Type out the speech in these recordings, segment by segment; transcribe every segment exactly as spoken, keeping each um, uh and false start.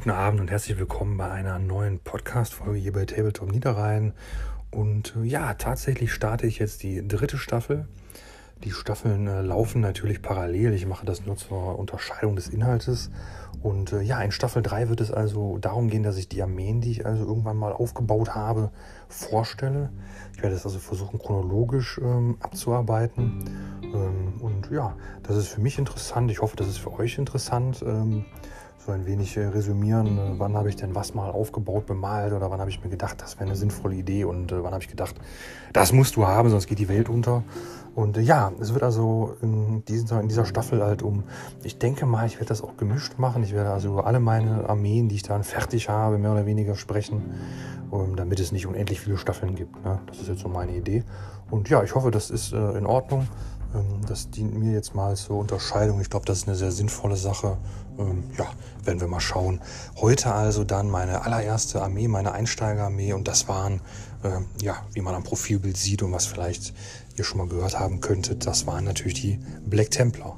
Guten Abend und herzlich willkommen bei einer neuen Podcast-Folge hier bei Tabletop Niederrhein. Und äh, ja, tatsächlich starte ich jetzt die dritte Staffel. Die Staffeln äh, laufen natürlich parallel. Ich mache das nur zur Unterscheidung des Inhaltes. Und äh, ja, in Staffel drei wird es also darum gehen, dass ich die Armeen, die ich also irgendwann mal aufgebaut habe, vorstelle. Ich werde es also versuchen, chronologisch ähm, abzuarbeiten. Ähm, und ja, das ist für mich interessant. Ich hoffe, das ist für euch interessant. Ähm, so ein wenig äh, resümieren, äh, wann habe ich denn was mal aufgebaut, bemalt oder wann habe ich mir gedacht, das wäre eine sinnvolle Idee und äh, wann habe ich gedacht, das musst du haben, sonst geht die Welt unter. Und äh, ja, es wird also in dieser, in dieser Staffel halt um, ich denke mal, ich werde das auch gemischt machen. Ich werde also über alle meine Armeen, die ich dann fertig habe, mehr oder weniger sprechen, um, damit es nicht unendlich viele Staffeln gibt. Ne? Das ist jetzt so meine Idee. Und ja, ich hoffe, das ist äh, in Ordnung. Ähm, das dient mir jetzt mal zur Unterscheidung. Ich glaube, das ist eine sehr sinnvolle Sache. Ähm, ja, werden wir mal schauen. Heute also dann meine allererste Armee, meine Einsteigerarmee. Und das waren, äh, ja, wie man am Profilbild sieht und was vielleicht ihr schon mal gehört haben könntet, das waren natürlich die Black Templar.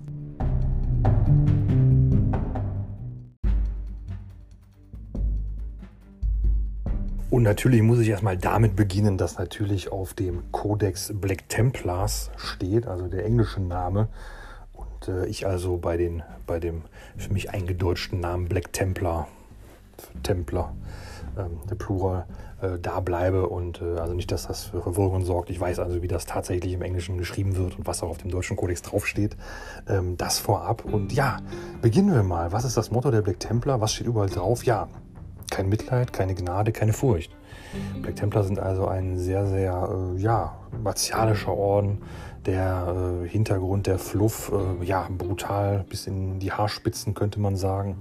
Und natürlich muss ich erstmal damit beginnen, dass natürlich auf dem Codex Black Templars steht, also der englische Name. Und äh, ich also bei, den, bei dem für mich eingedeutschten Namen Black Templar, Templar, ähm, der Plural, äh, da bleibe. Und äh, also nicht, dass das für Verwirrung sorgt. Ich weiß also, wie das tatsächlich im Englischen geschrieben wird und was auch auf dem deutschen Kodex draufsteht. Ähm, das vorab. Und ja, beginnen wir mal. Was ist das Motto der Black Templar? Was steht überall drauf? Ja, kein Mitleid, keine Gnade, keine Furcht. Black Templar sind also ein sehr, sehr äh, ja, martialischer Orden. Der äh, Hintergrund, der Fluff, äh, ja, brutal bis in die Haarspitzen, könnte man sagen.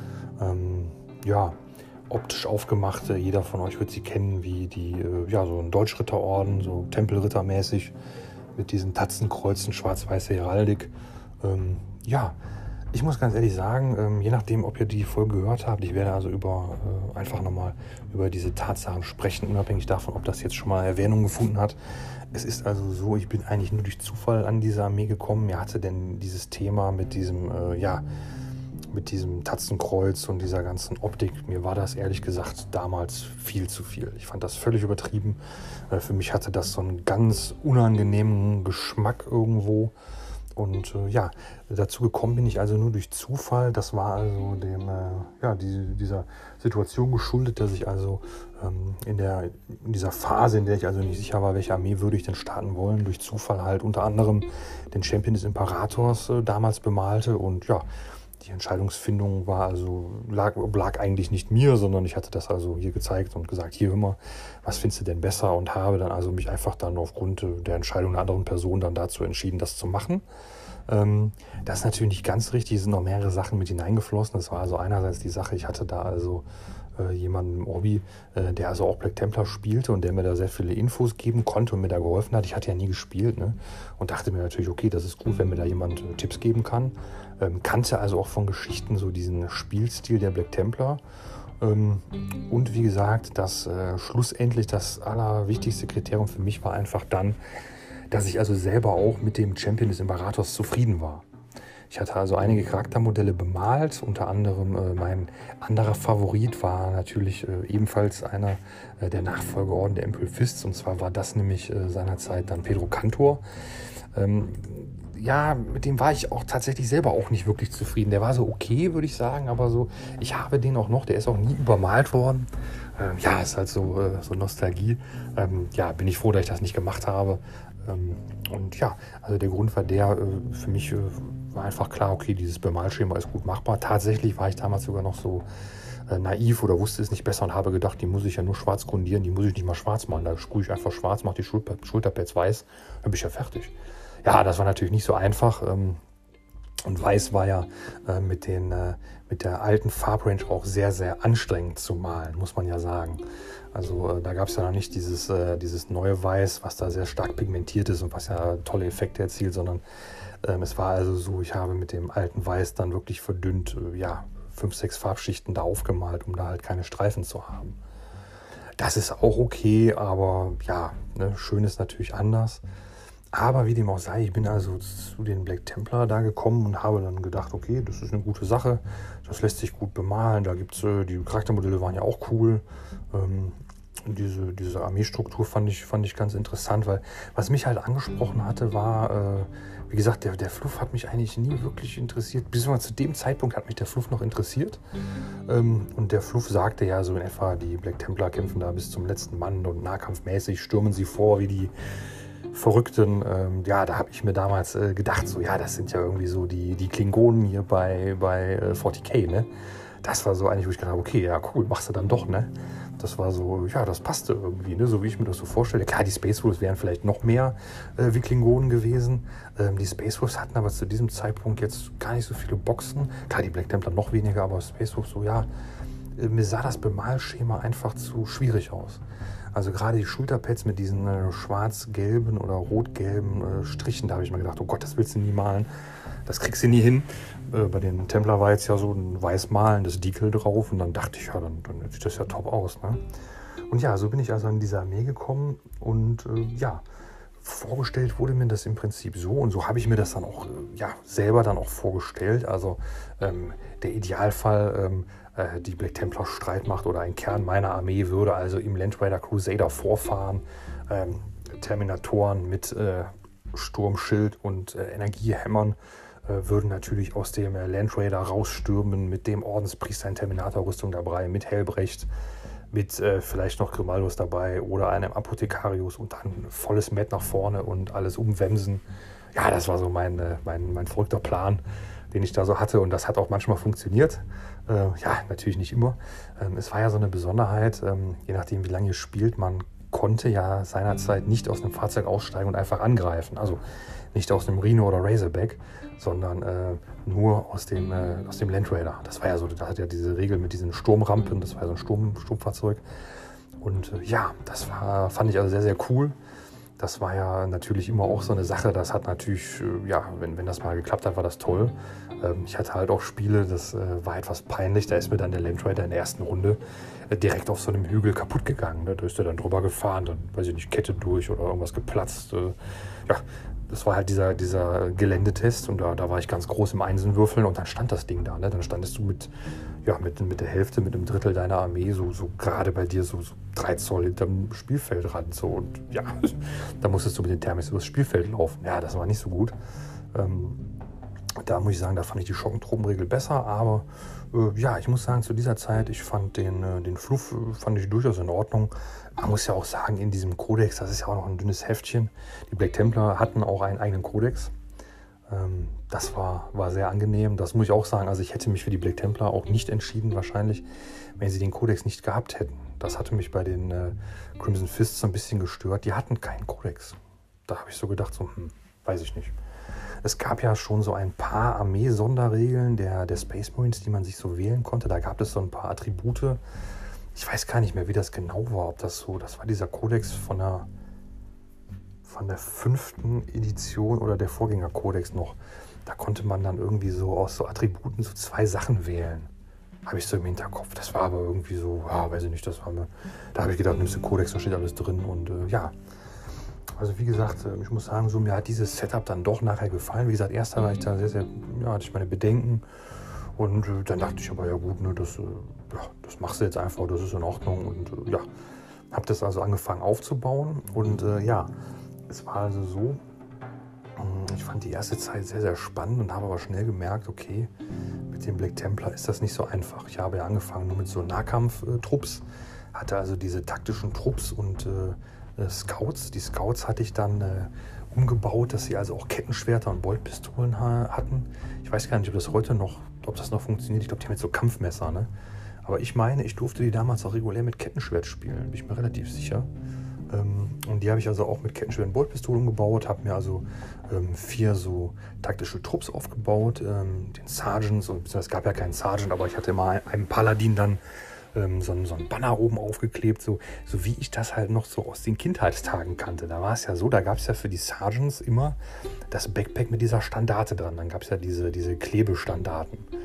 Ähm, ja, optisch aufgemacht. Äh, jeder von euch wird sie kennen wie die, äh, ja, so ein Deutschritterorden, so Tempelrittermäßig, mit diesen Tatzenkreuzen, schwarz-weiße Heraldik. Ähm, ja, ich muss ganz ehrlich sagen, ähm, je nachdem, ob ihr die Folge gehört habt, ich werde also über äh, einfach nochmal über diese Tatsachen sprechen, unabhängig davon, ob das jetzt schon mal Erwähnung gefunden hat. Es ist also so, ich bin eigentlich nur durch Zufall an diese Armee gekommen. Mir hatte denn dieses Thema mit diesem, äh, ja, mit diesem Tatzenkreuz und dieser ganzen Optik, mir war das ehrlich gesagt damals viel zu viel. Ich fand das völlig übertrieben. Äh, für mich hatte das so einen ganz unangenehmen Geschmack irgendwo. Und äh, ja, dazu gekommen bin ich also nur durch Zufall. Das war also dem, äh, ja, die, dieser Situation geschuldet, dass ich also ähm, in, der, in dieser Phase, in der ich also nicht sicher war, welche Armee würde ich denn starten wollen, durch Zufall halt unter anderem den Champion des Imperators äh, damals bemalte. Und ja, die Entscheidungsfindung war also, lag, lag eigentlich nicht mir, sondern ich hatte das also hier gezeigt und gesagt, hier hör mal, was findest du denn besser? Und habe dann also mich einfach dann aufgrund der Entscheidung einer anderen Person dann dazu entschieden, das zu machen. Ähm, das ist natürlich nicht ganz richtig, es sind noch mehrere Sachen mit hineingeflossen. Das war also einerseits die Sache, ich hatte da also äh, jemanden im Hobby, äh, der also auch Black Templar spielte und der mir da sehr viele Infos geben konnte und mir da geholfen hat. Ich hatte ja nie gespielt, ne? Und dachte mir natürlich, okay, das ist gut, wenn mir da jemand äh, Tipps geben kann. Ähm, kannte also auch von Geschichten so diesen Spielstil der Black Templar. Ähm, und wie gesagt, das äh, schlussendlich das allerwichtigste Kriterium für mich war einfach dann, dass ich also selber auch mit dem Champion des Imperators zufrieden war. Ich hatte also einige Charaktermodelle bemalt, unter anderem äh, mein anderer Favorit war natürlich äh, ebenfalls einer äh, der Nachfolgeorden der Imperial Fists, und zwar war das nämlich äh, seinerzeit dann Pedro Cantor. Ähm, ja, mit dem war ich auch tatsächlich selber auch nicht wirklich zufrieden. Der war so okay, würde ich sagen, aber so, ich habe den auch noch, der ist auch nie übermalt worden. Ähm, ja, ist halt so, äh, so Nostalgie. Ähm, ja, bin ich froh, dass ich das nicht gemacht habe. Ähm, und ja, also der Grund war der, äh, für mich äh, war einfach klar, okay, dieses Bemalschema ist gut machbar. Tatsächlich war ich damals sogar noch so äh, naiv oder wusste es nicht besser und habe gedacht, die muss ich ja nur schwarz grundieren, die muss ich nicht mal schwarz machen. Da sprühe ich einfach schwarz, mache die Schulter, Schulterpads weiß, dann bin ich ja fertig. Ja, das war natürlich nicht so einfach. Ähm, und weiß war ja äh, mit, den, äh, mit der alten Farbrange auch sehr, sehr anstrengend zu malen, muss man ja sagen. Also äh, da gab es ja noch nicht dieses, äh, dieses neue Weiß, was da sehr stark pigmentiert ist und was ja tolle Effekte erzielt, sondern ähm, es war also so, ich habe mit dem alten Weiß dann wirklich verdünnt, äh, ja, fünf, sechs Farbschichten da aufgemalt, um da halt keine Streifen zu haben. Das ist auch okay, aber ja, ne, schön ist natürlich anders. Aber wie dem auch sei, ich bin also zu den Black Templar da gekommen und habe dann gedacht, okay, das ist eine gute Sache, das lässt sich gut bemalen, da gibt's, äh, die Charaktermodelle waren ja auch cool. Ähm, und diese, diese Armeestruktur fand ich, fand ich ganz interessant, weil was mich halt angesprochen hatte, war, äh, wie gesagt, der, der Fluff hat mich eigentlich nie wirklich interessiert. Beziehungsweise zu dem Zeitpunkt hat mich der Fluff noch interessiert. Ähm, und der Fluff sagte ja so in etwa, die Black Templar kämpfen da bis zum letzten Mann und nahkampfmäßig stürmen sie vor wie die Verrückten. Ähm, ja, da habe ich mir damals äh, gedacht, so ja, das sind ja irgendwie so die, die Klingonen hier bei, bei äh, vierzig K, ne? Das war so eigentlich, wo ich gedacht habe, okay, ja cool, machst du dann doch, ne? Das war so, ja, das passte irgendwie, ne? So wie ich mir das so vorstelle. Klar, die Space Wolves wären vielleicht noch mehr äh, wie Klingonen gewesen. Ähm, die Space Wolves hatten aber zu diesem Zeitpunkt jetzt gar nicht so viele Boxen. Klar, die Black Templar noch weniger, aber Space Wolves so, ja, äh, mir sah das Bemalschema einfach zu schwierig aus. Also gerade die Schulterpads mit diesen äh, schwarz-gelben oder rot-gelben äh, Strichen, da habe ich mir gedacht, oh Gott, das willst du nie malen. Das kriegst du nie hin. Äh, bei den Templar war jetzt ja so ein weiß malendes Decal drauf und dann dachte ich, ja, dann, dann sieht das ja top aus, ne? Und ja, so bin ich also in diese Armee gekommen und äh, ja, vorgestellt wurde mir das im Prinzip so und so habe ich mir das dann auch äh, ja, selber dann auch vorgestellt. Also ähm, der Idealfall, ähm, äh, die Black Templar Streitmacht oder ein Kern meiner Armee würde also im Land Raider Crusader vorfahren, ähm, Terminatoren mit äh, Sturmschild und äh, Energiehämmern äh, würden natürlich aus dem äh, Land Raider rausstürmen mit dem Ordenspriester in Terminator-Rüstung dabei, mit Helbrecht, mit äh, vielleicht noch Grimaldos dabei oder einem Apothekarius und dann volles Met nach vorne und alles umwemsen. Ja, das war so mein, äh, mein, mein verrückter Plan, den ich da so hatte und das hat auch manchmal funktioniert. Äh, ja, natürlich nicht immer. Ähm, es war ja so eine Besonderheit, ähm, je nachdem wie lange ihr spielt, man konnte ja seinerzeit nicht aus einem Fahrzeug aussteigen und einfach angreifen. Also nicht aus einem Rhino oder Razorback, sondern äh, nur aus dem, äh, aus dem Land Raider. Das war ja so, da hat ja diese Regel mit diesen Sturmrampen, das war ja so ein Sturm, Sturmfahrzeug. Und äh, ja, das war, fand ich also sehr, sehr cool. Das war ja natürlich immer auch so eine Sache, das hat natürlich, äh, ja, wenn, wenn das mal geklappt hat, war das toll. Ähm, ich hatte halt auch Spiele, das äh, war etwas peinlich, da ist mir dann der Land Raider in der ersten Runde äh, direkt auf so einem Hügel kaputt gegangen. Ne? Da ist er dann drüber gefahren, dann, weiß ich nicht, Kette durch oder irgendwas geplatzt. Äh, ja, das war halt dieser, dieser Geländetest und da, da war ich ganz groß im Einsenwürfeln und dann stand das Ding da. Ne? Dann standest du mit, ja, mit, mit der Hälfte, mit einem Drittel deiner Armee so, so gerade bei dir so, so drei Zoll hinterm Spielfeldrand. So. Und ja, da musstest du mit den Thermis übers Spielfeld laufen. Ja, das war nicht so gut. Ähm, da muss ich sagen, da fand ich die Schockentropenregel besser, aber äh, ja, ich muss sagen, zu dieser Zeit, ich fand den, äh, den Fluff äh, fand ich durchaus in Ordnung. Man muss ja auch sagen, in diesem Kodex, das ist ja auch noch ein dünnes Heftchen. Die Black Templar hatten auch einen eigenen Kodex. Ähm, das war, war sehr angenehm, das muss ich auch sagen. Also ich hätte mich für die Black Templar auch nicht entschieden, wahrscheinlich, wenn sie den Kodex nicht gehabt hätten. Das hatte mich bei den äh, Crimson Fists so ein bisschen gestört. Die hatten keinen Kodex. Da habe ich so gedacht, so, hm, weiß ich nicht. Es gab ja schon so ein paar Armee-Sonderregeln der, der Space Marines, die man sich so wählen konnte. Da gab es so ein paar Attribute. Ich weiß gar nicht mehr, wie das genau war. Ob das so, das war dieser Kodex von der, von der fünften Edition oder der Vorgängerkodex noch. Da konnte man dann irgendwie so aus so Attributen so zwei Sachen wählen. Habe ich so im Hinterkopf. Das war aber irgendwie so, ja, weiß ich nicht, das war mir. Da habe ich gedacht, nimmst du Kodex, da steht alles drin und äh, ja. Also wie gesagt, ich muss sagen, so mir hat dieses Setup dann doch nachher gefallen. Wie gesagt, erst war ich da sehr, sehr, ja, hatte ich meine Bedenken. Und äh, dann dachte ich aber, ja gut, ne, das, äh, ja, das machst du jetzt einfach, das ist in Ordnung. Und äh, ja, habe das also angefangen aufzubauen. Und äh, ja, es war also so, äh, ich fand die erste Zeit sehr, sehr spannend und habe aber schnell gemerkt, okay, mit dem Black Templar ist das nicht so einfach. Ich habe ja angefangen nur mit so Nahkampftrupps, hatte also diese taktischen Trupps und äh, Scouts. Die Scouts hatte ich dann äh, umgebaut, dass sie also auch Kettenschwerter und Boltpistolen ha- hatten. Ich weiß gar nicht, ob das heute noch, ob das noch funktioniert. Ich glaube, die haben jetzt so Kampfmesser, ne? Aber ich meine, ich durfte die damals auch regulär mit Kettenschwert spielen, bin ich mir relativ sicher. Ähm, und die habe ich also auch mit Kettenschwert und Boltpistolen umgebaut, habe mir also ähm, vier so taktische Trupps aufgebaut, ähm, den Sergeants, und es gab ja keinen Sergeant, aber ich hatte immer einen Paladin dann ähm, so, so ein Banner oben aufgeklebt, so, so wie ich das halt noch so aus den Kindheitstagen kannte. Da war es ja so, da gab es ja für die Sergeants immer das Backpack mit dieser Standarte dran. Dann gab es ja diese, diese Klebestandarten.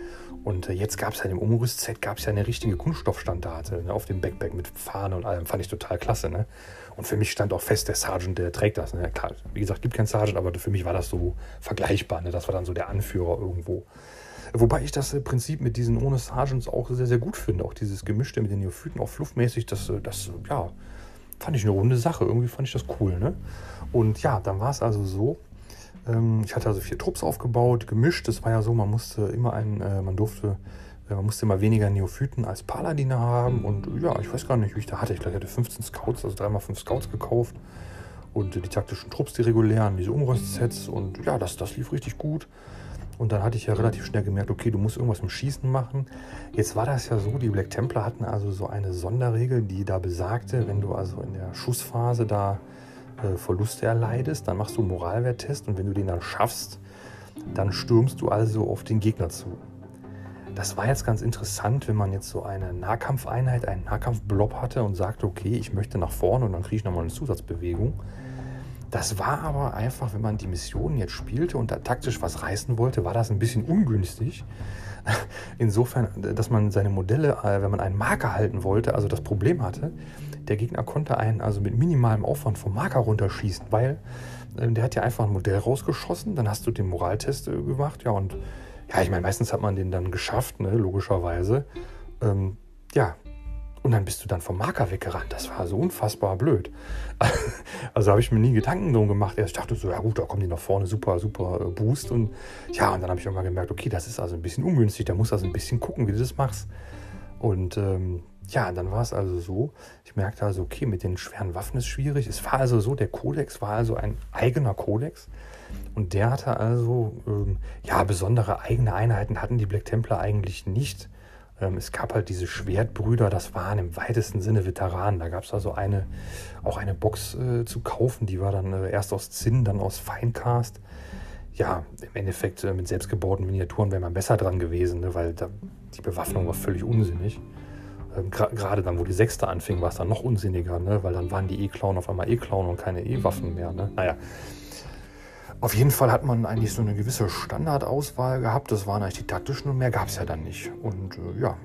Und äh, jetzt gab es ja im Umrüstset gab es ja eine richtige Kunststoffstandarte, ne, auf dem Backpack mit Fahne und allem. Fand ich total klasse. Ne? Und für mich stand auch fest, der Sergeant, der trägt das. Ne? Klar, wie gesagt, gibt keinen Sergeant, aber für mich war das so vergleichbar. Ne? Das war dann so der Anführer irgendwo. Wobei ich das Prinzip mit diesen ohne Sergeants auch sehr, sehr gut finde. Auch dieses Gemischte mit den Neophyten, auch fluffmäßig, das, das ja, fand ich eine runde Sache. Irgendwie fand ich das cool. Ne? Und ja, dann war es also so, ähm, ich hatte also vier Trupps aufgebaut, gemischt. Das war ja so, man musste immer einen, äh, man durfte, äh, man musste immer weniger Neophyten als Paladine haben. Und ja, ich weiß gar nicht, wie ich da hatte. Ich glaube, ich hatte fünfzehn Scouts, also drei mal fünf Scouts gekauft. Und äh, die taktischen Trupps, die regulären, diese Umrüstsets. Und ja, das, das lief richtig gut. Und dann hatte ich ja relativ schnell gemerkt, okay, du musst irgendwas mit Schießen machen. Jetzt war das ja so, die Black Templar hatten also so eine Sonderregel, die da besagte, wenn du also in der Schussphase da äh, Verluste erleidest, dann machst du einen Moralwerttest und wenn du den dann schaffst, dann stürmst du also auf den Gegner zu. Das war jetzt ganz interessant, wenn man jetzt so eine Nahkampfeinheit, einen Nahkampfblob hatte und sagte, okay, ich möchte nach vorne und dann kriege ich nochmal eine Zusatzbewegung. Das war aber einfach, wenn man die Mission jetzt spielte und da taktisch was reißen wollte, war das ein bisschen ungünstig. Insofern, dass man seine Modelle, wenn man einen Marker halten wollte, also das Problem hatte, der Gegner konnte einen also mit minimalem Aufwand vom Marker runterschießen, weil äh, der hat ja einfach ein Modell rausgeschossen, dann hast du den Moraltest äh, gemacht, ja und ja, ich meine, meistens hat man den dann geschafft, ne, logischerweise. Ähm, ja, und dann bist du dann vom Marker weggerannt. Das war so unfassbar blöd. Also habe ich mir nie Gedanken drum gemacht. Ich dachte so, ja gut, da kommen die nach vorne, super, super äh, Boost. Und ja, und dann habe ich irgendwann gemerkt, okay, das ist also ein bisschen ungünstig. Da musst du also ein bisschen gucken, wie du das machst. Und ähm, ja, dann war es also so, ich merkte also, okay, mit den schweren Waffen ist schwierig. Es war also so, der Kodex war also ein eigener Kodex. Und der hatte also, ähm, ja, besondere eigene Einheiten hatten die Black Templar eigentlich nicht. Es gab halt diese Schwertbrüder, das waren im weitesten Sinne Veteranen. Da gab es also eine, auch eine Box äh, zu kaufen, die war dann äh, erst aus Zinn, dann aus Finecast. Ja, im Endeffekt äh, mit selbstgebauten Miniaturen wäre man besser dran gewesen, ne, weil da, die Bewaffnung war völlig unsinnig. Ähm, Gerade dann, wo die Sechste anfing, war es dann noch unsinniger, ne, weil dann waren die E-Klauen auf einmal E-Klauen und keine E-Waffen mehr. Ne? Naja. Auf jeden Fall hat man eigentlich so eine gewisse Standardauswahl gehabt. Das waren eigentlich die taktischen und mehr gab es ja dann nicht. Und äh, ja,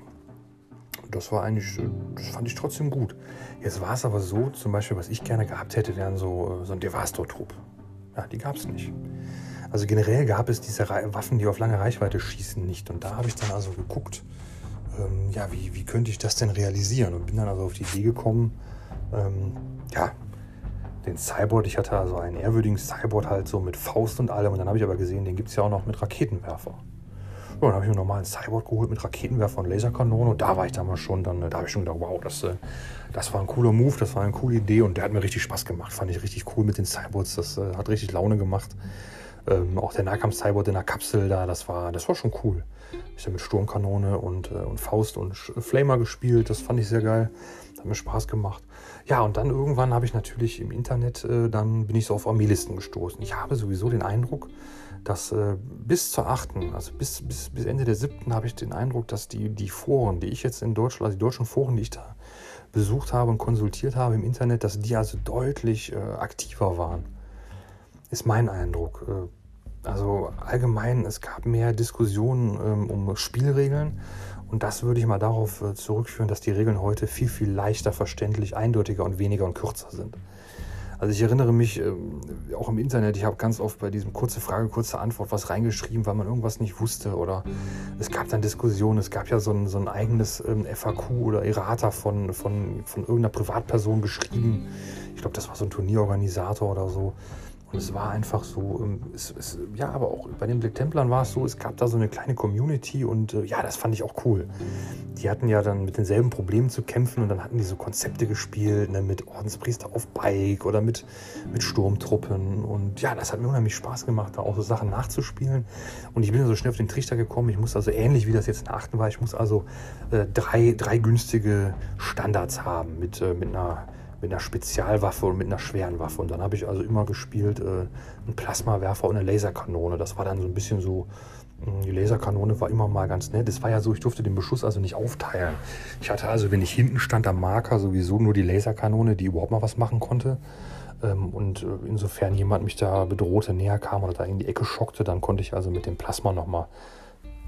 das war eigentlich, äh, das fand ich trotzdem gut. Jetzt war es aber so, zum Beispiel, was ich gerne gehabt hätte, wären so, äh, so ein Devastor-Trupp. Ja, die gab es nicht. Also generell gab es diese Re- Waffen, die auf lange Reichweite schießen, nicht. Und da habe ich dann also geguckt, ähm, ja, wie, wie könnte ich das denn realisieren? Und bin dann also auf die Idee gekommen, ähm, ja, den Cyborg, ich hatte also einen ehrwürdigen Cyborg halt so mit Faust und allem und dann habe ich aber gesehen, den gibt es ja auch noch mit Raketenwerfer. Ja, dann habe ich mir einen normalen Cyborg geholt mit Raketenwerfer und Laserkanone und da war ich damals schon, dann, da habe ich schon gedacht, wow, das, das war ein cooler Move, das war eine coole Idee und der hat mir richtig Spaß gemacht, fand ich richtig cool mit den Cyborgs, das äh, hat richtig Laune gemacht. Ähm, auch der Nahkampf-Cyborg in der Kapsel da, das war, das war schon cool. Ich habe mit Sturmkanone und, äh, und Faust und Flamer gespielt, das fand ich sehr geil, hat mir Spaß gemacht. Ja, und dann irgendwann habe ich natürlich im Internet, äh, dann bin ich so auf Armeelisten gestoßen. Ich habe sowieso den Eindruck, dass äh, bis zur achten, also bis, bis, bis Ende der siebten habe ich den Eindruck, dass die, die Foren, die ich jetzt in Deutschland, also die deutschen Foren, die ich da besucht habe und konsultiert habe im Internet, dass die also deutlich äh, aktiver waren. Ist mein Eindruck. Äh, also allgemein, es gab mehr Diskussionen ähm, um Spielregeln. Und das würde ich mal darauf äh, zurückführen, dass die Regeln heute viel, viel leichter verständlich, eindeutiger und weniger und kürzer sind. Also ich erinnere mich, äh, auch im Internet, ich habe ganz oft bei diesem kurze Frage, kurze Antwort was reingeschrieben, weil man irgendwas nicht wusste. Oder es gab dann Diskussionen, es gab ja so ein, so ein eigenes ähm, F A Q oder Errata von, von, von irgendeiner Privatperson geschrieben. Ich glaube, das war so ein Turnierorganisator oder so. Und es war einfach so, es, es, ja, aber auch bei den Black Templern war es so, es gab da so eine kleine Community und äh, ja, das fand ich auch cool. Die hatten ja dann mit denselben Problemen zu kämpfen und dann hatten die so Konzepte gespielt, ne, mit Ordenspriester auf Bike oder mit, mit Sturmtruppen und ja, das hat mir unheimlich Spaß gemacht, da auch so Sachen nachzuspielen. Und ich bin so schnell auf den Trichter gekommen, ich muss also ähnlich wie das jetzt in der achten war, ich muss also äh, drei, drei günstige Standards haben mit, äh, mit einer mit einer Spezialwaffe und mit einer schweren Waffe. Und dann habe ich also immer gespielt, äh, einen Plasmawerfer und eine Laserkanone. Das war dann so ein bisschen so, mh, die Laserkanone war immer mal ganz nett. Das war ja so, ich durfte den Beschuss also nicht aufteilen. Ich hatte also, wenn ich hinten stand am Marker, sowieso nur die Laserkanone, die überhaupt mal was machen konnte. Ähm, und äh, insofern jemand mich da bedrohte, näher kam oder da in die Ecke schockte, dann konnte ich also mit dem Plasma nochmal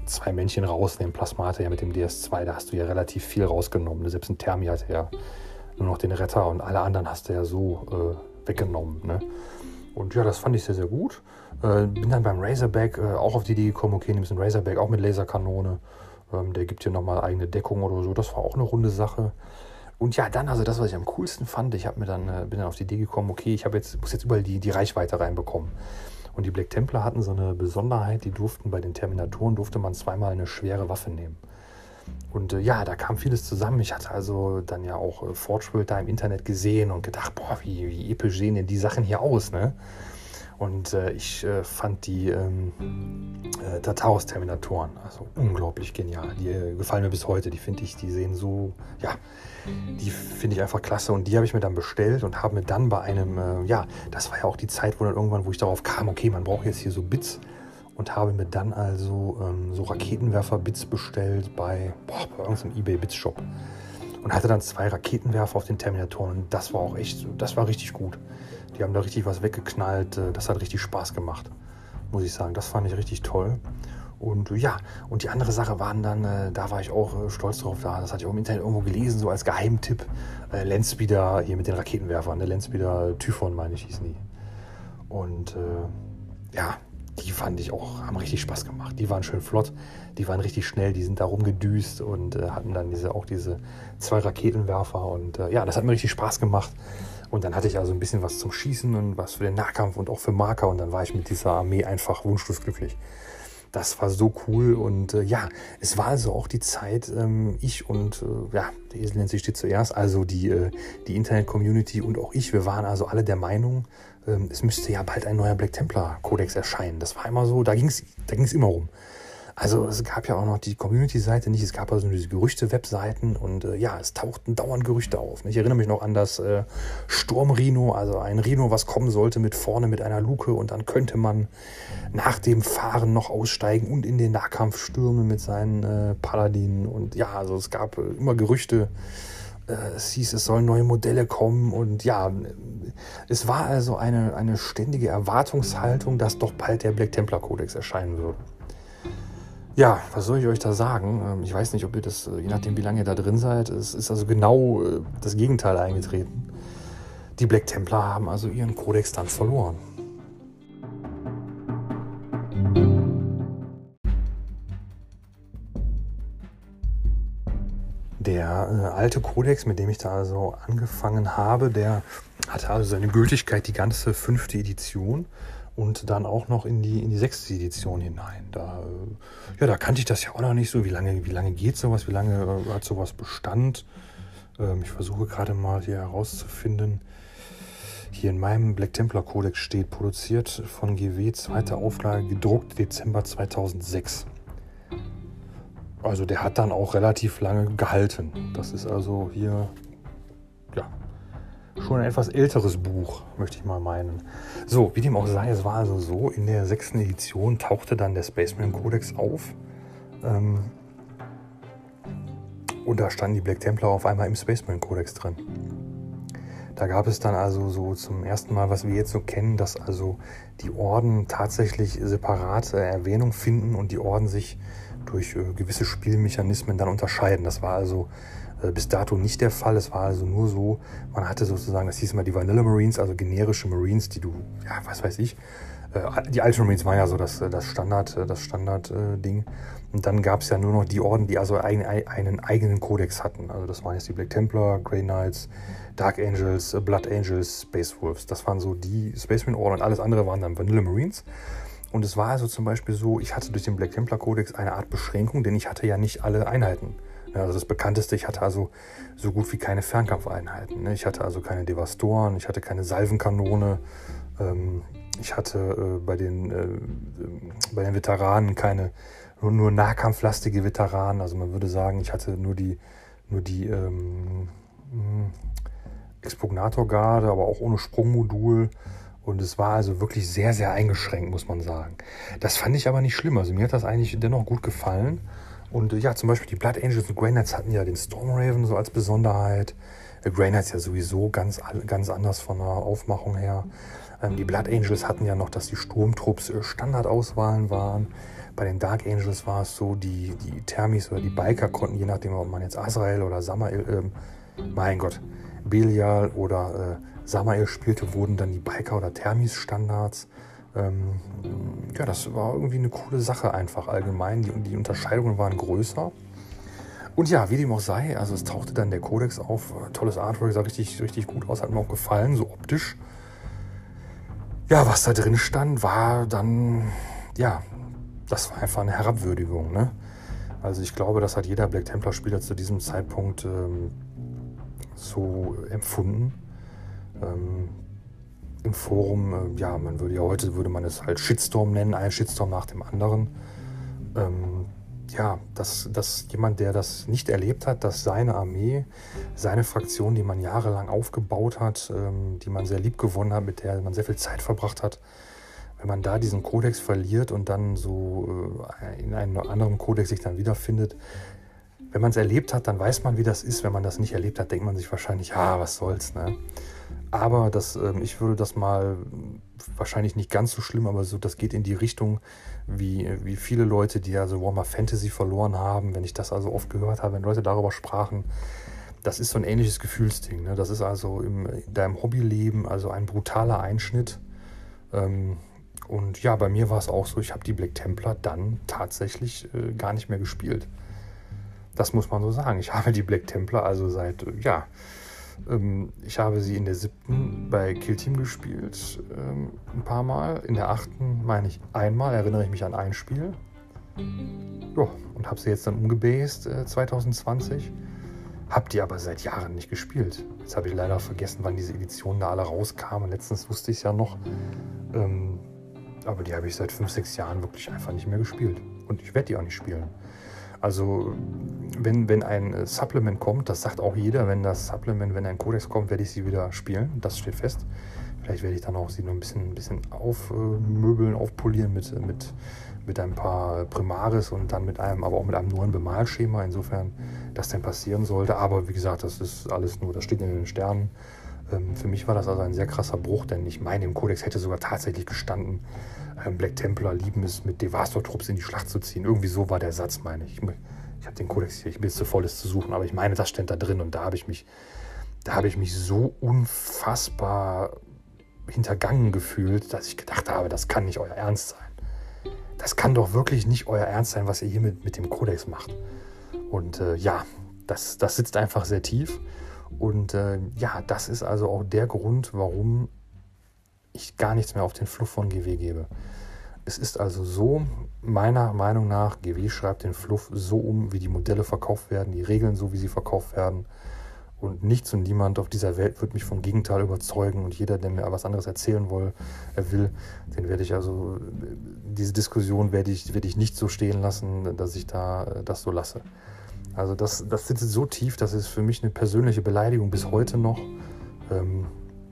zwei Männchen rausnehmen. Plasma hatte ja mit dem D S zwei, da hast du ja relativ viel rausgenommen. Selbst ein Thermi hatte ja nur noch den Retter und alle anderen hast du ja so äh, weggenommen. Ne? Und ja, das fand ich sehr, sehr gut. Äh, bin dann beim Razorback äh, auch auf die Idee gekommen, okay, nimmst einen Razorback auch mit Laserkanone. Ähm, der gibt dir nochmal eigene Deckung oder so. Das war auch eine runde Sache. Und ja, dann, also das, was ich am coolsten fand, ich hab mir dann, äh, bin dann auf die Idee gekommen, okay, ich jetzt, muss jetzt überall die, die Reichweite reinbekommen. Und die Black Templar hatten so eine Besonderheit, die durften bei den Terminatoren, durfte man zweimal eine schwere Waffe nehmen. Und äh, ja, da kam vieles zusammen. Ich hatte also dann ja auch äh, Forge World da im Internet gesehen und gedacht, boah, wie, wie episch sehen denn die Sachen hier aus, ne? Und äh, ich äh, fand die ähm, äh, Tartarus-Terminatoren also unglaublich genial. Die äh, gefallen mir bis heute. Die finde ich, die sehen so, ja, die finde ich einfach klasse. Und die habe ich mir dann bestellt und habe mir dann bei einem, äh, ja, das war ja auch die Zeit, wo dann irgendwann, wo ich darauf kam, okay, man braucht jetzt hier so Bits. Und habe mir dann also ähm, so Raketenwerfer-Bits bestellt bei, boah, bei irgendeinem eBay-Bits-Shop. Und hatte dann zwei Raketenwerfer auf den Terminatoren. Und das war auch echt, das war richtig gut. Die haben da richtig was weggeknallt. Das hat richtig Spaß gemacht, muss ich sagen. Das fand ich richtig toll. Und ja, und die andere Sache waren dann, äh, da war ich auch äh, stolz drauf, da, das hatte ich auch im Internet irgendwo gelesen, so als Geheimtipp, äh, Landspeeder hier mit den Raketenwerfern, ne? Landspeeder Typhon, meine ich, hießen die. Und äh, ja, die fand ich auch, haben richtig Spaß gemacht. Die waren schön flott, die waren richtig schnell, die sind da rumgedüst und äh, hatten dann diese, auch diese zwei Raketenwerfer. Und äh, ja, das hat mir richtig Spaß gemacht. Und dann hatte ich also ein bisschen was zum Schießen und was für den Nahkampf und auch für Marker. Und dann war ich mit dieser Armee einfach wunschlos glücklich. Das war so cool. Und äh, ja, es war also auch die Zeit, ähm, ich und, äh, ja, der Esel nennt sich steht zuerst, also die, äh, die Internet-Community und auch ich, wir waren also alle der Meinung, ähm, es müsste ja bald ein neuer Black Templar Kodex erscheinen. Das war immer so, da ging es da ging's immer rum. Also es gab ja auch noch die Community-Seite nicht, es gab also diese Gerüchte-Webseiten und äh, ja, es tauchten dauernd Gerüchte auf. Ich erinnere mich noch an das äh, Sturm-Rhino, also ein Rhino, was kommen sollte mit vorne mit einer Luke und dann könnte man nach dem Fahren noch aussteigen und in den Nahkampf stürmen mit seinen äh, Paladinen. Und ja, also es gab äh, immer Gerüchte. Äh, es hieß, es sollen neue Modelle kommen und ja, es war also eine, eine ständige Erwartungshaltung, dass doch bald der Black Templar Kodex erscheinen würde. Ja, was soll ich euch da sagen? Ich weiß nicht, ob ihr das, je nachdem wie lange ihr da drin seid, es ist also genau das Gegenteil eingetreten. Die Black Templar haben also ihren Kodex dann verloren. Der äh, alte Kodex, mit dem ich da also angefangen habe, der hatte also seine Gültigkeit die ganze fünfte Edition. Und dann auch noch in die, in die sechste Edition hinein. Da, ja, da kannte ich das ja auch noch nicht so. Wie lange, wie lange geht sowas? Wie lange äh, hat sowas Bestand? Ähm, ich versuche gerade mal hier herauszufinden. Hier in meinem Black Templar Codex steht, produziert von G W, zweite Auflage, gedruckt Dezember zweitausendsechs. Also der hat dann auch relativ lange gehalten. Das ist also hier, ja, schon ein etwas älteres Buch, möchte ich mal meinen. So, wie dem auch sei, es war also so, in der sechsten Edition tauchte dann der Spaceman Codex auf. Ähm, und da standen die Black Templar auf einmal im Spaceman Codex drin. Da gab es dann also so zum ersten Mal, was wir jetzt so kennen, dass also die Orden tatsächlich separate Erwähnung finden und die Orden sich durch äh, gewisse Spielmechanismen dann unterscheiden. Das war also bis dato nicht der Fall. Es war also nur so, man hatte sozusagen, das hieß immer die Vanilla Marines, also generische Marines, die du, ja, was weiß ich, äh, die Ultramarines waren ja so das, das Standard, das Standard-Ding. Äh, und dann gab es ja nur noch die Orden, die also ein, einen eigenen Kodex hatten. Also das waren jetzt die Black Templar, Grey Knights, Dark Angels, Blood Angels, Space Wolves. Das waren so die Spaceman-Orden und alles andere waren dann Vanilla Marines. Und es war also zum Beispiel so, ich hatte durch den Black Templar Kodex eine Art Beschränkung, denn ich hatte ja nicht alle Einheiten. Also das bekannteste, ich hatte also so gut wie keine Fernkampfeinheiten. Ich hatte also keine Devastoren, ich hatte keine Salvenkanone, ich hatte bei den, bei den Veteranen keine, nur, nur nahkampflastige Veteranen. Also man würde sagen, ich hatte nur die, nur die ähm, Expugnator-Garde, aber auch ohne Sprungmodul. Und es war also wirklich sehr, sehr eingeschränkt, muss man sagen. Das fand ich aber nicht schlimm. Also mir hat das eigentlich dennoch gut gefallen. Und äh, ja, zum Beispiel die Blood Angels und Grey Knights hatten ja den Stormraven so als Besonderheit. Äh, Grey Knights ja sowieso ganz, ganz anders von der Aufmachung her. Ähm, die Blood Angels hatten ja noch, dass die Sturmtrupps äh, Standardauswahlen waren. Bei den Dark Angels war es so, die, die Thermis oder die Biker konnten, je nachdem, ob man jetzt Azrael oder Samael, äh, mein Gott, Belial oder äh, Samael spielte, wurden dann die Biker oder Thermis Standards. Ähm, ja, das war irgendwie eine coole Sache einfach allgemein. Die, die Unterscheidungen waren größer. Und ja, wie dem auch sei, also es tauchte dann der Codex auf. Tolles Artwork, sah richtig, richtig gut aus, hat mir auch gefallen, so optisch. Ja, was da drin stand, war dann, ja, das war einfach eine Herabwürdigung, ne? Also ich glaube, das hat jeder Black Templar-Spieler zu diesem Zeitpunkt ähm, so empfunden. Ähm, Im Forum, äh, ja, man würde ja heute, würde man es halt Shitstorm nennen, ein Shitstorm nach dem anderen. Ähm, ja, dass, dass jemand, der das nicht erlebt hat, dass seine Armee, seine Fraktion, die man jahrelang aufgebaut hat, ähm, die man sehr lieb gewonnen hat, mit der man sehr viel Zeit verbracht hat, wenn man da diesen Kodex verliert und dann so äh, in einem anderen Kodex sich dann wiederfindet, wenn man es erlebt hat, dann weiß man, wie das ist. Wenn man das nicht erlebt hat, denkt man sich wahrscheinlich, ja, was soll's, ne? Aber das, ähm, ich würde das mal, wahrscheinlich nicht ganz so schlimm, aber so, das geht in die Richtung, wie, wie viele Leute, die also Warhammer Fantasy verloren haben, wenn ich das also oft gehört habe, wenn Leute darüber sprachen. Das ist so ein ähnliches Gefühlsding, ne? Das ist also im, in deinem Hobbyleben also ein brutaler Einschnitt. Ähm, und ja, bei mir war es auch so, ich habe die Black Templar dann tatsächlich äh, gar nicht mehr gespielt. Das muss man so sagen. Ich habe die Black Templar also seit, äh, ja, ähm, ich habe sie in der siebten bei Kill Team gespielt, ähm, ein paar Mal. In der achten meine ich einmal, erinnere ich mich an ein Spiel. Ja, und habe sie jetzt dann umgebased äh, zwanzig zwanzig. Hab die aber seit Jahren nicht gespielt. Jetzt habe ich leider vergessen, wann diese Editionen da alle rauskamen. Letztens wusste ich es ja noch. Ähm, aber die habe ich seit fünf, sechs Jahren wirklich einfach nicht mehr gespielt. Und ich werde die auch nicht spielen. Also wenn, wenn ein Supplement kommt, das sagt auch jeder, wenn das Supplement, wenn ein Codex kommt, werde ich sie wieder spielen. Das steht fest. Vielleicht werde ich dann auch sie noch ein bisschen, ein bisschen aufmöbeln, aufpolieren mit, mit, mit ein paar Primaris und dann mit einem, aber auch mit einem neuen Bemalschema, insofern das denn passieren sollte. Aber wie gesagt, das ist alles nur, das steht in den Sternen. Ähm, für mich war das also ein sehr krasser Bruch, denn ich meine, im Kodex hätte sogar tatsächlich gestanden, ähm, Black Templar lieben es, mit Devastor-Trupps in die Schlacht zu ziehen. Irgendwie so war der Satz, meine ich. Ich, ich habe den Kodex hier, ich bin jetzt zu voll, das zu suchen, aber ich meine, das stand da drin und da habe ich mich, da habe ich mich so unfassbar hintergangen gefühlt, dass ich gedacht habe, das kann nicht euer Ernst sein. Das kann doch wirklich nicht euer Ernst sein, was ihr hier mit, mit dem Kodex macht. Und äh, ja, das, das sitzt einfach sehr tief. Und äh, ja, das ist also auch der Grund, warum ich gar nichts mehr auf den Fluff von G W gebe. Es ist also so, meiner Meinung nach, G W schreibt den Fluff so um, wie die Modelle verkauft werden, die Regeln so, wie sie verkauft werden. Und nichts und niemand auf dieser Welt wird mich vom Gegenteil überzeugen. Und jeder, der mir was anderes erzählen will, er will, den werde ich also, diese Diskussion werde ich, werde ich nicht so stehen lassen, dass ich da das so lasse. Also das, das sitzt so tief, das ist für mich eine persönliche Beleidigung bis heute noch. Ähm,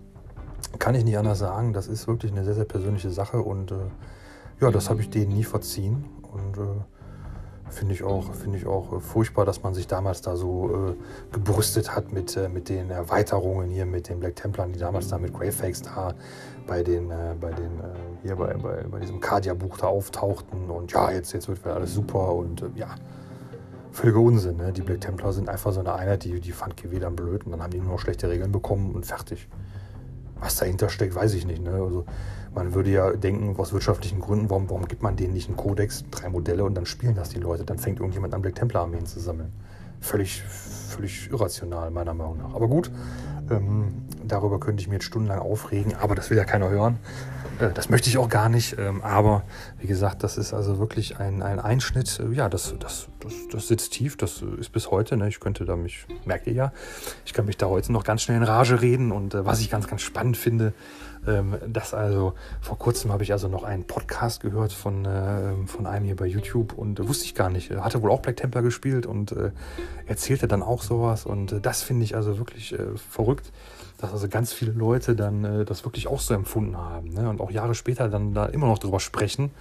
kann ich nicht anders sagen. Das ist wirklich eine sehr, sehr persönliche Sache. Und äh, ja, das habe ich denen nie verziehen. Und äh, finde ich auch, finde ich auch äh, furchtbar, dass man sich damals da so äh, gebrüstet hat mit, äh, mit den Erweiterungen hier, mit den Black Templern, die damals da mit Greyfakes da bei den, äh, bei den äh, hier bei, bei, bei diesem Cardia-Buch da auftauchten. Und ja, jetzt, jetzt wird alles super und äh, ja. Völliger Unsinn, ne? Die Black Templar sind einfach so eine Einheit, die, die fand G W dann blöd und dann haben die nur noch schlechte Regeln bekommen und fertig. Was dahinter steckt, weiß ich nicht. Ne? Also man würde ja denken, aus wirtschaftlichen Gründen, warum, warum gibt man denen nicht einen Kodex, drei Modelle und dann spielen das die Leute. Dann fängt irgendjemand an, Black Templar Armeen zu sammeln. Völlig, völlig irrational, meiner Meinung nach. Aber gut, ähm, darüber könnte ich mir jetzt stundenlang aufregen, aber das will ja keiner hören. Äh, das möchte ich auch gar nicht. Ähm, aber wie gesagt, das ist also wirklich ein, ein Einschnitt. Äh, ja, das, das, das, das sitzt tief. Das ist bis heute. Ne? Ich könnte da mich, merkt ihr ja, ich kann mich da heute noch ganz schnell in Rage reden. Und äh, was ich ganz, ganz spannend finde, ähm, dass also vor kurzem habe ich also noch einen Podcast gehört von, äh, von einem hier bei YouTube und äh, wusste ich gar nicht. Er hatte wohl auch Black Templar gespielt und äh, erzählte dann auch sowas. Und äh, das finde ich also wirklich äh, verrückt, dass also ganz viele Leute dann äh, das wirklich auch so empfunden haben, ne? Und auch Jahre später dann da immer noch drüber sprechen.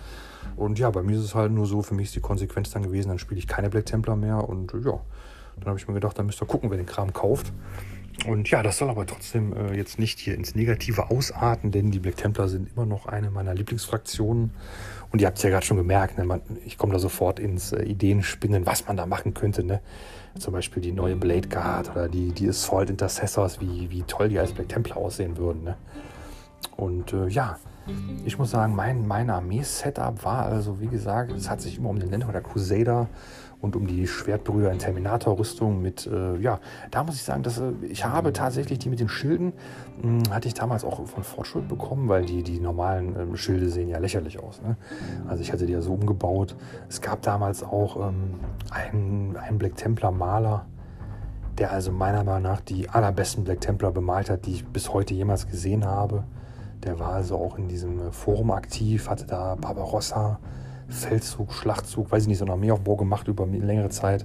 Und ja, bei mir ist es halt nur so, für mich ist die Konsequenz dann gewesen, dann spiele ich keine Black Templar mehr. Und ja, dann habe ich mir gedacht, dann müsst ihr gucken, wer den Kram kauft. Und ja, das soll aber trotzdem äh, jetzt nicht hier ins Negative ausarten, denn die Black Templar sind immer noch eine meiner Lieblingsfraktionen. Und ihr habt es ja gerade schon gemerkt, ne, man, ich komme da sofort ins äh, Ideenspinnen, was man da machen könnte. Ne? Zum Beispiel die neue Blade Guard oder die, die Assault Intercessors, wie, wie toll die als Black Templar aussehen würden. Ne? Und äh, ja, ich muss sagen, mein, mein Armee-Setup war also, wie gesagt, es hat sich immer um den Landmark der Crusader und um die Schwertbrüder in Terminator-Rüstung mit, äh, ja, da muss ich sagen, dass, äh, ich habe tatsächlich die mit den Schilden, mh, hatte ich damals auch von Fortschritt bekommen, weil die, die normalen ähm, Schilde sehen ja lächerlich aus. Ne? Also ich hatte die ja so umgebaut. Es gab damals auch ähm, einen, einen Black Templar-Maler, der also meiner Meinung nach die allerbesten Black Templar bemalt hat, die ich bis heute jemals gesehen habe. Der war also auch in diesem Forum aktiv, hatte da Barbarossa, Feldzug, Schlachtzug, weiß ich nicht, so eine Armeeaufbau gemacht über eine längere Zeit.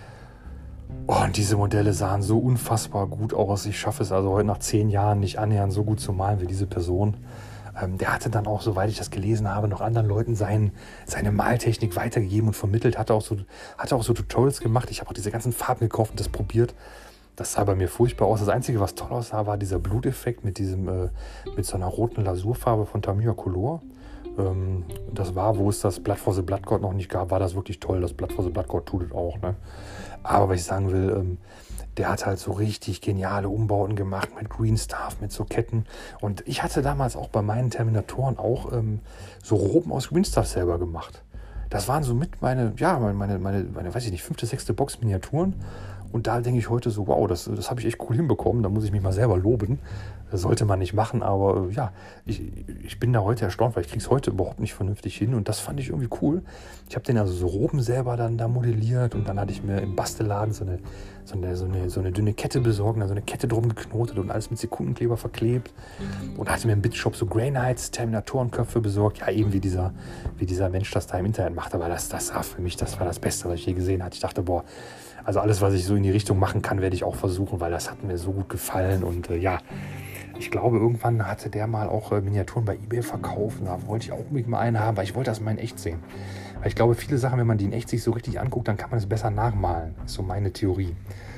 Oh, und diese Modelle sahen so unfassbar gut aus. Ich schaffe es also heute nach zehn Jahren nicht annähernd so gut zu malen wie diese Person. Ähm, der hatte dann auch, soweit ich das gelesen habe, noch anderen Leuten sein, seine Maltechnik weitergegeben und vermittelt. Hatte auch so, hatte auch so Tutorials gemacht. Ich habe auch diese ganzen Farben gekauft und das probiert. Das sah bei mir furchtbar aus. Das Einzige, was toll aussah, war dieser Bluteffekt mit, diesem, äh, mit so einer roten Lasurfarbe von Tamiya Color. Ähm, das war, wo es das Blood for the Blood God noch nicht gab, war das wirklich toll. Das Blood for the Blood God tut es auch. Ne? Aber was ich sagen will, ähm, der hat halt so richtig geniale Umbauten gemacht mit Green Staff, mit so Ketten. Und ich hatte damals auch bei meinen Terminatoren auch ähm, so Roben aus Green Staff selber gemacht. Das waren so mit meine, ja, meine, meine, meine, meine weiß ich nicht, fünfte, sechste Box Miniaturen. Und da denke ich heute so, wow, das, das habe ich echt cool hinbekommen. Da muss ich mich mal selber loben. Das sollte man nicht machen, aber äh, ja, ich, ich bin da heute erstaunt, weil ich kriege es heute überhaupt nicht vernünftig hin. Und das fand ich irgendwie cool. Ich habe den also so Roben selber dann da modelliert. Und dann hatte ich mir im Bastelladen so eine, so eine, so eine, so eine dünne Kette besorgt, so eine Kette drum geknotet und alles mit Sekundenkleber verklebt. Und hatte mir im Bitshop so Grey Knights, Terminatorenköpfe besorgt. Ja, eben wie dieser, wie dieser Mensch das da im Internet macht. Aber das, das war für mich, das war das Beste, was ich je gesehen hatte. Ich dachte, boah, also alles, was ich so in die Richtung machen kann, werde ich auch versuchen, weil das hat mir so gut gefallen. Und äh, ja, ich glaube, irgendwann hatte der mal auch äh, Miniaturen bei eBay verkauft. Und da wollte ich auch unbedingt mal einen haben, weil ich wollte das mal in echt sehen. Weil ich glaube, viele Sachen, wenn man die in echt sich so richtig anguckt, dann kann man es besser nachmalen. Das ist so meine Theorie.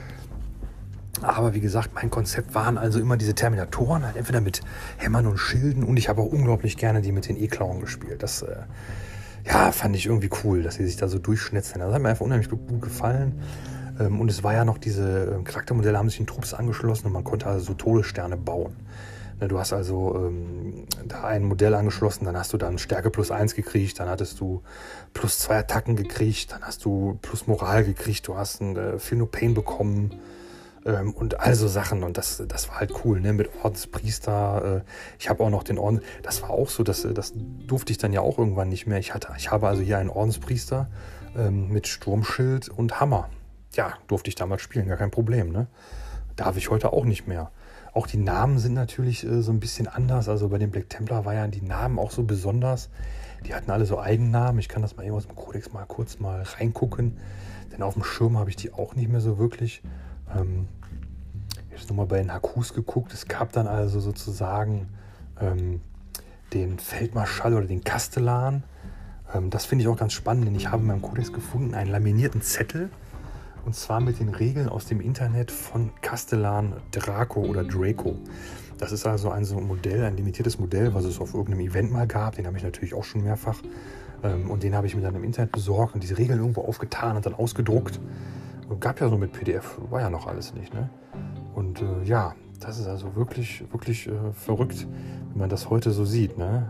Aber wie gesagt, mein Konzept waren also immer diese Terminatoren, halt entweder mit Hämmern und Schilden. Und ich habe auch unglaublich gerne die mit den E-Klauen gespielt. Das äh, ja, fand ich irgendwie cool, dass sie sich da so durchschnitzeln. Das hat mir einfach unheimlich gut gefallen. Und es war ja noch, diese Charaktermodelle haben sich in Trupps angeschlossen und man konnte also so Todessterne bauen. Du hast also ähm, da ein Modell angeschlossen, dann hast du dann Stärke plus eins gekriegt, dann hattest du plus zwei Attacken gekriegt, dann hast du plus Moral gekriegt, du hast ein äh, Feel No Pain bekommen ähm, und all so Sachen. Und das, das war halt cool, ne? Mit Ordenspriester. Äh, ich habe auch noch den Orden, das war auch so, das, das durfte ich dann ja auch irgendwann nicht mehr. Ich, hatte, ich habe also hier einen Ordenspriester ähm, mit Sturmschild und Hammer. Ja, durfte ich damals spielen, gar kein Problem. Ne? Darf ich heute auch nicht mehr. Auch die Namen sind natürlich äh, so ein bisschen anders. Also bei den Black Templar waren ja die Namen auch so besonders. Die hatten alle so Eigennamen. Ich kann das mal eben aus dem Kodex mal kurz mal reingucken. Denn auf dem Schirm habe ich die auch nicht mehr so wirklich. Ähm, ich habe nochmal bei den Hakus geguckt. Es gab dann also sozusagen ähm, den Feldmarschall oder den Kastellan. Ähm, das finde ich auch ganz spannend, denn ich habe in meinem Kodex gefunden einen laminierten Zettel. Und zwar mit den Regeln aus dem Internet von Kastellan Draco oder Draco. Das ist also ein so ein Modell, ein limitiertes Modell, was es auf irgendeinem Event mal gab. Den habe ich natürlich auch schon mehrfach. Und den habe ich mir dann im Internet besorgt und diese Regeln irgendwo aufgetan und dann ausgedruckt. Und gab ja so mit P D F, war ja noch alles nicht. Ne? Und äh, ja, das ist also wirklich, wirklich äh, verrückt, wenn man das heute so sieht. Ne?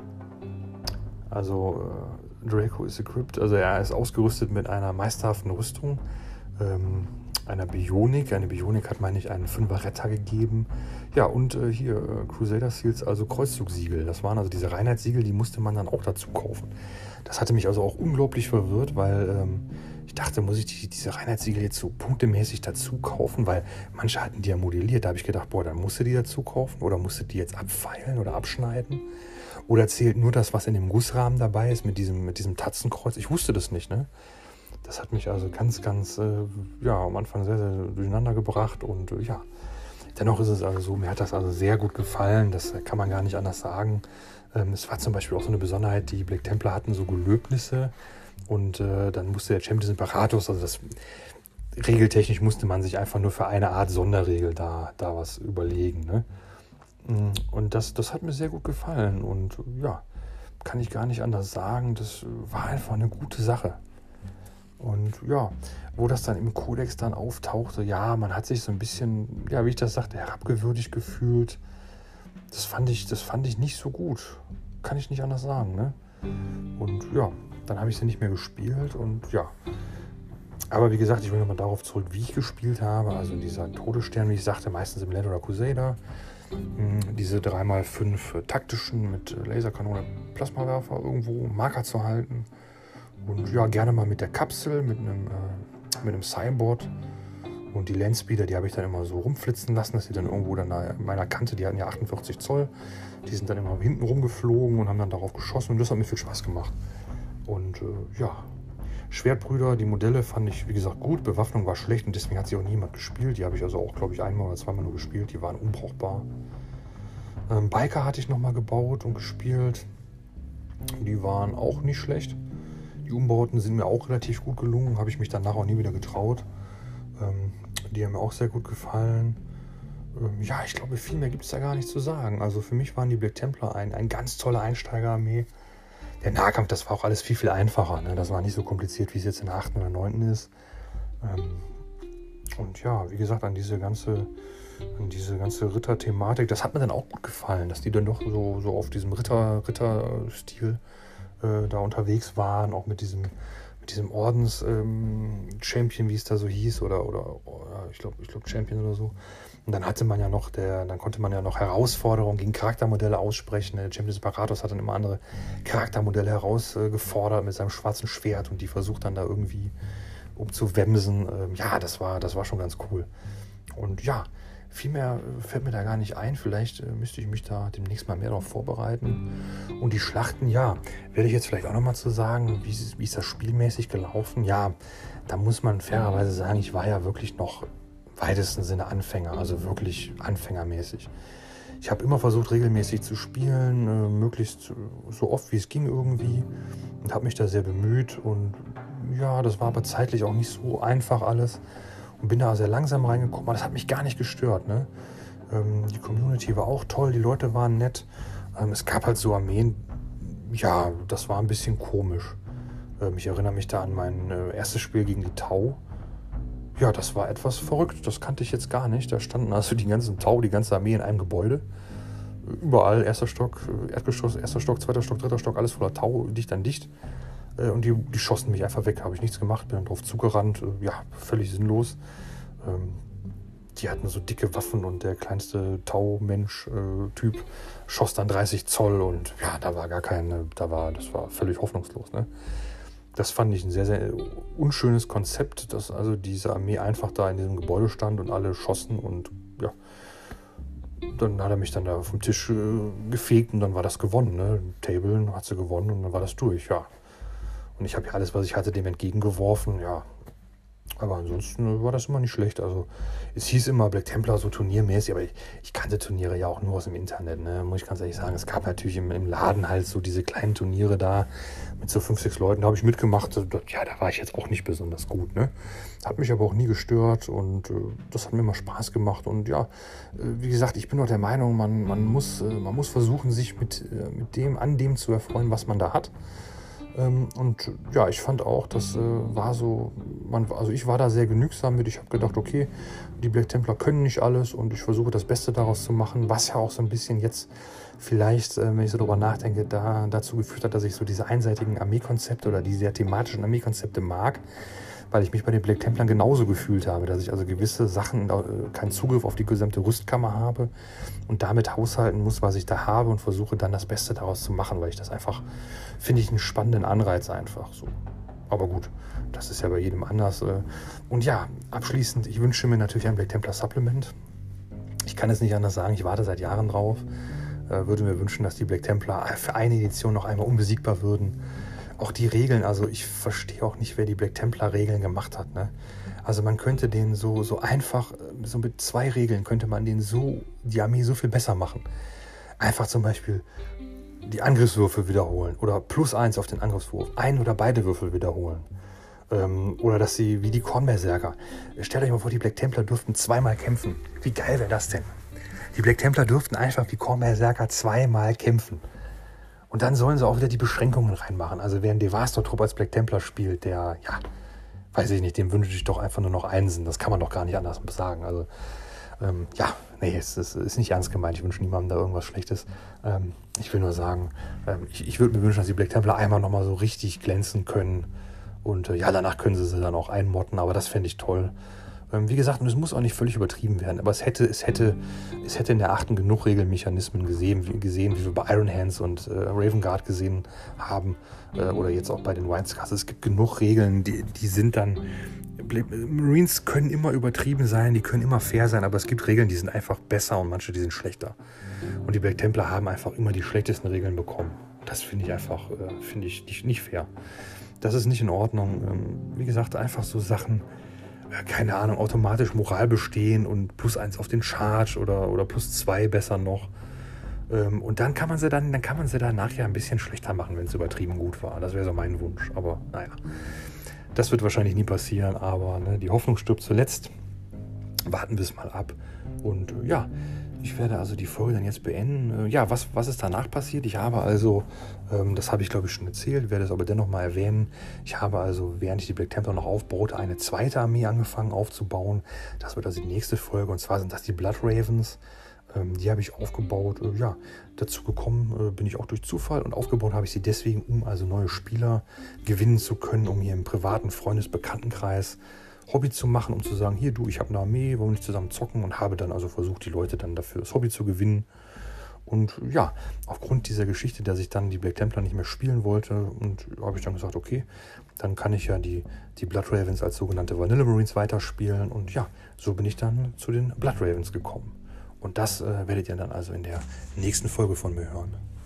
Also äh, Draco ist equipped, also er ist ausgerüstet mit einer meisterhaften Rüstung. Einer Bionik. Eine Bionik hat, meine ich, einen Fünfer Retter gegeben. Ja, und äh, hier äh, Crusader Seals, also Kreuzzugsiegel. Das waren also diese Reinheitssiegel, die musste man dann auch dazu kaufen. Das hatte mich also auch unglaublich verwirrt, weil ähm, ich dachte, muss ich die, diese Reinheitssiegel jetzt so punktemäßig dazu kaufen, weil manche hatten die ja modelliert. Da habe ich gedacht, boah, dann musst du die dazu kaufen oder musst du die jetzt abfeilen oder abschneiden. Oder zählt nur das, was in dem Gussrahmen dabei ist mit diesem, mit diesem Tatzenkreuz. Ich wusste das nicht, ne? Das hat mich also ganz, ganz, äh, ja, am Anfang sehr, sehr durcheinander gebracht und äh, ja, dennoch ist es also so, mir hat das also sehr gut gefallen, das kann man gar nicht anders sagen. Ähm, es war zum Beispiel auch so eine Besonderheit, die Black Templar hatten so Gelöbnisse und äh, dann musste der Champ des Imperators, also das regeltechnisch musste man sich einfach nur für eine Art Sonderregel da, da was überlegen. Ne? Und das, das hat mir sehr gut gefallen und ja, kann ich gar nicht anders sagen, das war einfach eine gute Sache. Und ja, wo das dann im Kodex dann auftauchte, ja, man hat sich so ein bisschen, ja, wie ich das sagte, herabgewürdigt gefühlt. Das fand ich, das fand ich nicht so gut. Kann ich nicht anders sagen, ne? Und ja, dann habe ich sie nicht mehr gespielt und ja. Aber wie gesagt, ich will nochmal darauf zurück, wie ich gespielt habe. Also dieser Todesstern, wie ich sagte, meistens im Land oder Crusader. Diese drei mal fünf taktischen mit Laserkanone, Plasmawerfer irgendwo, Marker zu halten. Und ja, gerne mal mit der Kapsel, mit einem, äh, mit einem Cyborg. Und die Landspeeder, die habe ich dann immer so rumflitzen lassen, dass die dann irgendwo dann an meiner Kante, die hatten ja achtundvierzig Zoll, die sind dann immer hinten rumgeflogen und haben dann darauf geschossen und das hat mir viel Spaß gemacht. Und äh, ja, Schwertbrüder, die Modelle fand ich, wie gesagt, gut, Bewaffnung war schlecht und deswegen hat sie auch niemand gespielt. Die habe ich also auch, glaube ich, einmal oder zweimal nur gespielt, die waren unbrauchbar. Ähm, Biker hatte ich nochmal gebaut und gespielt, die waren auch nicht schlecht. Die Umbauten sind mir auch relativ gut gelungen, habe ich mich danach auch nie wieder getraut. Ähm, die haben mir auch sehr gut gefallen. Ähm, ja, ich glaube, viel mehr gibt es da gar nicht zu sagen. Also für mich waren die Black Templar ein, ein ganz tolle Einsteigerarmee. Der Nahkampf, das war auch alles viel, viel einfacher. Ne? Das war nicht so kompliziert, wie es jetzt in der achten oder neunten ist. Ähm, und ja, wie gesagt, an diese ganze, an diese ganze Ritter-Thematik, das hat mir dann auch gut gefallen, dass die dann doch so, so auf diesem Ritter, Ritter-Stil äh, da unterwegs waren, auch mit diesem, mit diesem Ordens-Champion, ähm, wie es da so hieß, oder, oder, oder ich glaube, ich glaube Champion oder so. Und dann hatte man ja noch, der, dann konnte man ja noch Herausforderungen gegen Charaktermodelle aussprechen. Der Champion des Imperatos hat dann immer andere Charaktermodelle herausgefordert mit seinem schwarzen Schwert und die versucht dann da irgendwie umzuwemsen. Ähm, ja, das war, das war schon ganz cool. Und ja, viel mehr fällt mir da gar nicht ein. Vielleicht äh, müsste ich mich da demnächst mal mehr darauf vorbereiten. Und die Schlachten, ja, werde ich jetzt vielleicht auch nochmal zu sagen, wie ist, wie ist das spielmäßig gelaufen? Ja, da muss man fairerweise sagen, ich war ja wirklich noch im weitesten Sinne Anfänger, also wirklich anfängermäßig. Ich habe immer versucht, regelmäßig zu spielen, äh, möglichst so oft wie es ging irgendwie und habe mich da sehr bemüht und ja, das war aber zeitlich auch nicht so einfach alles und bin da sehr langsam reingekommen, aber das hat mich gar nicht gestört. Ne? Ähm, die Community war auch toll, die Leute waren nett. Ähm, es gab halt so Armeen, ja, das war ein bisschen komisch. Ähm, ich erinnere mich da an mein äh, erstes Spiel gegen die Tau. Ja, das war etwas verrückt, das kannte ich jetzt gar nicht. Da standen also die ganzen Tau, die ganze Armee in einem Gebäude. Überall, erster Stock, Erdgeschoss, erster Stock, zweiter Stock, dritter Stock, alles voller Tau, dicht an dicht. Und die, die schossen mich einfach weg, habe ich nichts gemacht, bin dann drauf zugerannt. Ja, völlig sinnlos. Die hatten so dicke Waffen und der kleinste Tau-Mensch-Typ schoss dann dreißig Zoll und ja, da war gar keine, da war, das war völlig hoffnungslos, ne? Das fand ich ein sehr, sehr unschönes Konzept, dass also diese Armee einfach da in diesem Gebäude stand und alle schossen und ja, dann hat er mich dann da vom Tisch äh, gefegt und dann war das gewonnen, ne? Tablen hat sie gewonnen und dann war das durch, ja. Und ich habe ja alles, was ich hatte, dem entgegengeworfen, ja. Aber ansonsten war das immer nicht schlecht. Also es hieß immer Black Templar so turniermäßig, aber ich, ich kannte Turniere ja auch nur aus dem Internet, ne? Muss ich ganz ehrlich sagen. Es gab natürlich im, im Laden halt so diese kleinen Turniere da mit so fünf, sechs Leuten. Da habe ich mitgemacht. Ja, da war ich jetzt auch nicht besonders gut, ne? Hat mich aber auch nie gestört und äh, das hat mir immer Spaß gemacht. Und ja, äh, wie gesagt, ich bin doch der Meinung, man, man, muss, äh, man muss versuchen, sich mit, äh, mit dem, an dem zu erfreuen, was man da hat. Und ja, ich fand auch, das äh, war so, man, also ich war da sehr genügsam mit. Ich habe gedacht, okay, die Black Templar können nicht alles und ich versuche das Beste daraus zu machen, was ja auch so ein bisschen jetzt vielleicht, äh, wenn ich so drüber nachdenke, da, dazu geführt hat, dass ich so diese einseitigen Armeekonzepte oder die sehr thematischen Armeekonzepte mag, weil ich mich bei den Black Templern genauso gefühlt habe, dass ich also gewisse Sachen, äh, keinen Zugriff auf die gesamte Rüstkammer habe und damit haushalten muss, was ich da habe und versuche dann das Beste daraus zu machen, weil ich das einfach, finde ich, einen spannenden Anreiz einfach so. Aber gut, das ist ja bei jedem anders. Äh. Und ja, abschließend, ich wünsche mir natürlich ein Black Templar Supplement. Ich kann es nicht anders sagen, ich warte seit Jahren drauf. Äh, würde mir wünschen, dass die Black Templar für eine Edition noch einmal unbesiegbar würden. auch die Regeln, also ich verstehe auch nicht, wer die Black Templar Regeln gemacht hat, ne? Also man könnte den so, so einfach, so mit zwei Regeln könnte man den so, die Armee so viel besser machen. Einfach zum Beispiel die Angriffswürfel wiederholen oder plus eins auf den Angriffswurf, ein oder beide Würfel wiederholen. Ähm, oder dass sie, wie die Kornberserker, stellt euch mal vor, die Black Templar dürften zweimal kämpfen. Wie geil wäre das denn? Die Black Templar dürften einfach wie Kornberserker zweimal kämpfen. Und dann sollen sie auch wieder die Beschränkungen reinmachen. Also wer einen Devastor-Trupp als Black Templar spielt, der, ja, weiß ich nicht, dem wünsche ich doch einfach nur noch Einsen. Das kann man doch gar nicht anders sagen. Also, ähm, ja, nee, es ist, ist nicht ernst gemeint. Ich wünsche niemandem da irgendwas Schlechtes. Ähm, ich will nur sagen, ähm, ich, ich würde mir wünschen, dass die Black Templar einmal nochmal so richtig glänzen können. Und äh, ja, danach können sie sie dann auch einmotten, aber das fände ich toll. Ähm, wie gesagt, und es muss auch nicht völlig übertrieben werden, aber es hätte, es hätte, es hätte in der achten genug Regelmechanismen gesehen, wie, gesehen, wie wir bei Iron Hands und äh, Raven Guard gesehen haben, äh, oder jetzt auch bei den White Scars. Es gibt genug Regeln, die, die sind dann... Marines können immer übertrieben sein, die können immer fair sein, aber es gibt Regeln, die sind einfach besser und manche, die sind schlechter. Und die Black Templar haben einfach immer die schlechtesten Regeln bekommen. Das finde ich einfach, äh, finde ich nicht, nicht fair. Das ist nicht in Ordnung. Ähm, wie gesagt, einfach so Sachen, äh, keine Ahnung, automatisch Moral bestehen und plus eins auf den Charge oder, oder plus zwei besser noch. Ähm, und dann kann man sie dann, dann kann man sie danach ja ein bisschen schlechter machen, wenn es übertrieben gut war. Das wäre so mein Wunsch. Aber naja, das wird wahrscheinlich nie passieren, aber ne, die Hoffnung stirbt zuletzt. Warten wir es mal ab. Und äh, ja, ich werde also die Folge dann jetzt beenden. Äh, ja, was, was ist danach passiert? Ich habe also, ähm, das habe ich glaube ich schon erzählt, werde es aber dennoch mal erwähnen. Ich habe also, während ich die Black Templar noch aufbaute, eine zweite Armee angefangen aufzubauen. Das wird also die nächste Folge, und zwar sind das die Blood Ravens. Ähm, die habe ich aufgebaut. Äh, ja, dazu gekommen äh, bin ich auch durch Zufall, und aufgebaut habe ich sie deswegen, um also neue Spieler gewinnen zu können, um hier im privaten Freundesbekanntenkreis Hobby zu machen, um zu sagen, hier du, ich habe eine Armee, wollen wir nicht zusammen zocken, und habe dann also versucht, die Leute dann dafür das Hobby zu gewinnen. Und ja, aufgrund dieser Geschichte, dass ich dann die Black Templar nicht mehr spielen wollte, und habe ich dann gesagt, okay, dann kann ich ja die, die Blood Ravens als sogenannte Vanilla Marines weiterspielen, und ja, so bin ich dann zu den Blood Ravens gekommen. Und das äh, werdet ihr dann also in der nächsten Folge von mir hören.